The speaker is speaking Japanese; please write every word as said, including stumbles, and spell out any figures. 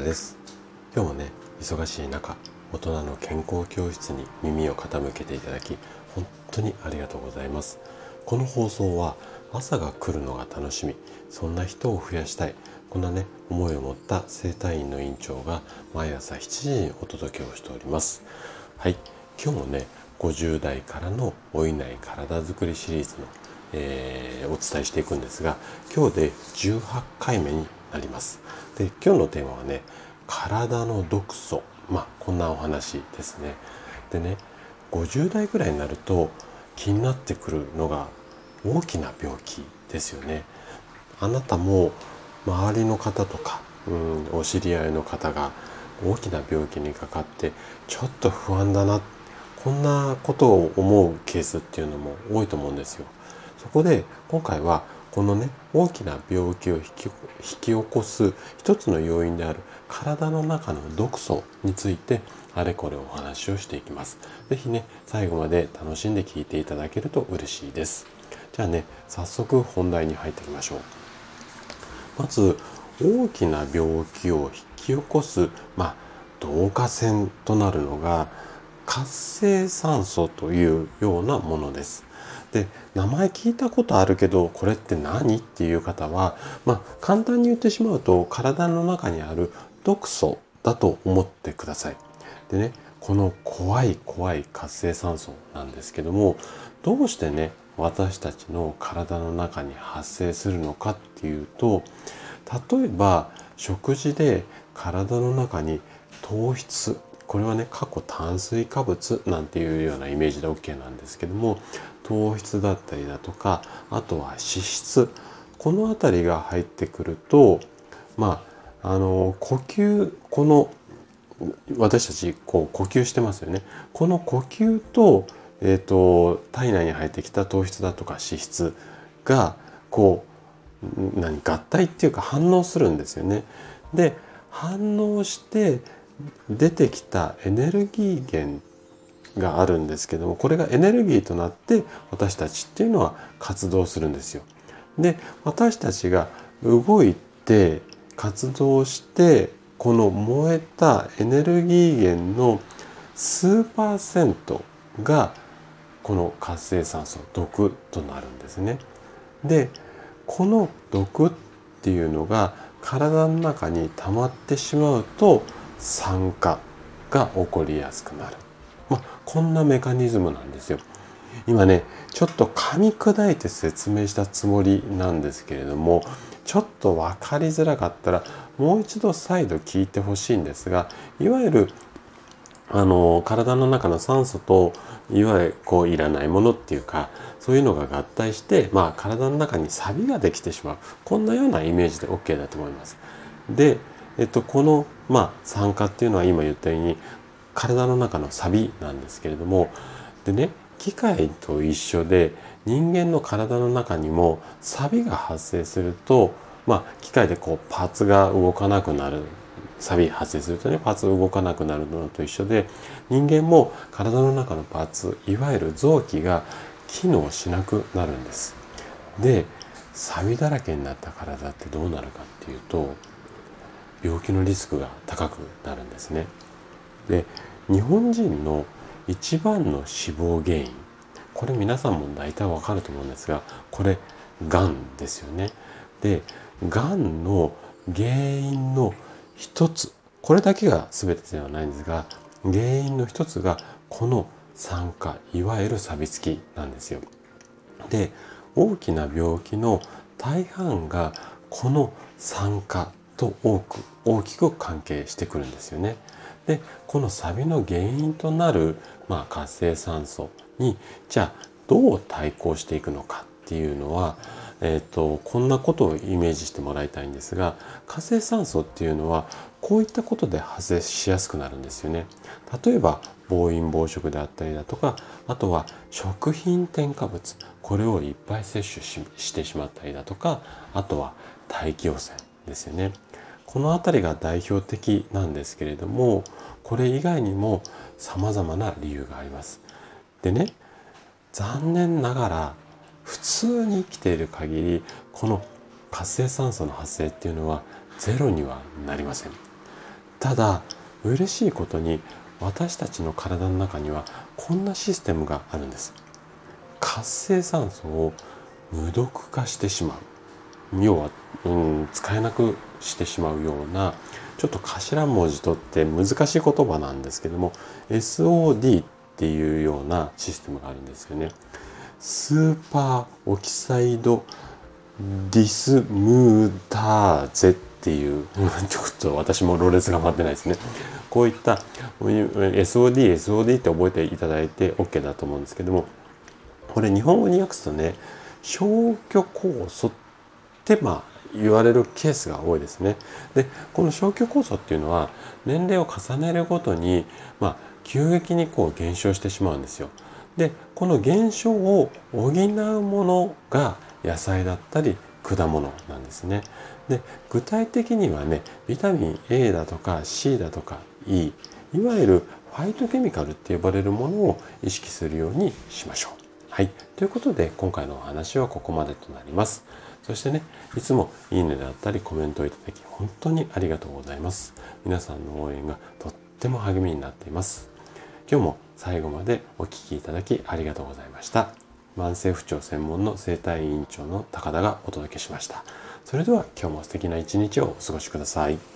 です。今日もね、忙しい中、大人の健康教室に耳を傾けていただき、本当にありがとうございます。この放送は朝が来るのが楽しみ、そんな人を増やしたい、こんなね、思いを持った整体院の院長が毎朝しちじにお届けをしております。はい、今日もね、ごじゅう代からの老いない体づくりシリーズの、えー、お伝えしていくんですが、今日でじゅうはちかいめになります。で、今日のテーマはね、体の毒素。まあ、こんなお話ですね。でね、ごじゅう代ぐらいになると気になってくるのが大きな病気ですよね。あなたも周りの方とか、うん、お知り合いの方が大きな病気にかかってちょっと不安だな、こんなことを思うケースっていうのも多いと思うんですよ。そこで今回はこのね、大きな病気を引き、引き起こす一つの要因である体の中の毒素についてあれこれお話をしていきます。ぜひね、最後まで楽しんで聞いていただけると嬉しいです。じゃあね、早速本題に入っていきましょう。まず、大きな病気を引き起こす、まあ、導火線となるのが活性酸素というようなものです。で、名前聞いたことあるけどこれって何っていう方は、まあ、簡単に言ってしまうと体の中にある毒素だと思ってください。でね、この怖い怖い活性酸素なんですけども、どうしてね、私たちの体の中に発生するのかっていうと、例えば食事で体の中に糖質、これはね、過去炭水化物なんていうようなイメージで OK なんですけども、糖質だったりだとか、あとは脂質、このあたりが入ってくると、まあ、あの呼吸、この私たちこう呼吸してますよね。この呼吸と、えーと、体内に入ってきた糖質だとか脂質がこう何合体っていうか反応するんですよね。で、反応して出てきたエネルギー源があるんですけども、これがエネルギーとなって私たちっていうのは活動するんですよ。で、私たちが動いて活動してこの燃えたエネルギー源の数パーセントがこの活性酸素、毒となるんですね。で、この毒っていうのが体の中に溜まってしまうと酸化が起こりやすくなる。まあ、こんなメカニズムなんですよ。今ね、ちょっと噛み砕いて説明したつもりなんですけれども、ちょっと分かりづらかったらもう一度再度聞いてほしいんですが、いわゆるあの体の中の酸素といわゆるこういらないものっていうか、そういうのが合体して、まあ、体の中に錆ができてしまう、こんなようなイメージで OK だと思います。で、えっと、この、まあ、酸化っていうのは今言ったように体の中の錆なんですけれども、でね、機械と一緒で人間の体の中にも錆が発生すると、まあ、機械でこうパーツが動かなくなる、錆発生するとね、パーツが動かなくなるのと一緒で、人間も体の中のパーツ、いわゆる臓器が機能しなくなるんです。で、錆だらけになった体ってどうなるかっていうと、病気のリスクが高くなるんですね。で、日本人の一番の死亡原因、これ皆さんも大体わかると思うんですが、これがんですよね。で、がんの原因の一つ、これだけが全てではないんですが、原因の一つがこの酸化、いわゆる錆びつきなんですよ。で、大きな病気の大半がこの酸化と多く大きく関係してくるんですよね。で、この錆の原因となる、まあ、活性酸素にじゃあどう対抗していくのかっていうのは、えーと、こんなことをイメージしてもらいたいんですが、活性酸素っていうのはこういったことで発生しやすくなるんですよね。例えば暴飲暴食であったりだとか、あとは食品添加物、これをいっぱい摂取 し, してしまったりだとか、あとは大気汚染ですよね。このあたりが代表的なんですけれども、これ以外にも様々な理由があります。でね、残念ながら普通に生きている限り、この活性酸素の発生っていうのはゼロにはなりません。 ただ嬉しいことに私たちの体の中にはこんなシステムがあるんです。活性酸素を無毒化してしまう、要は、うん、使えなくしてしまうような、ちょっと頭文字取って難しい言葉なんですけども エスオーディー っていうようなシステムがあるんですよね。スーパーオキサイドディスムーターゼっていうちょっと私もろれつが回ってないですね。こういった エスオーディー、エスオーディー って覚えていただいて OK だと思うんですけども、これ日本語に訳すとね、消去酵素ってまあ言われるケースが多いですね。で、この消去酵素っていうのは年齢を重ねるごとにまあ急激にこう減少してしまうんですよ。で、この減少を補うものが野菜だったり果物なんですね。で、具体的にはね、ビタミン A だとか C だとか E、いわゆるファイトケミカルって呼ばれるものを意識するようにしましょう。はい。ということで今回のお話はここまでとなります。そしてね、いつもいいねだったりコメントをいただき本当にありがとうございます。皆さんの応援がとっても励みになっています。今日も最後までお聞きいただきありがとうございました。慢性不調専門の整体院長の高田がお届けしました。それでは今日も素敵な一日をお過ごしください。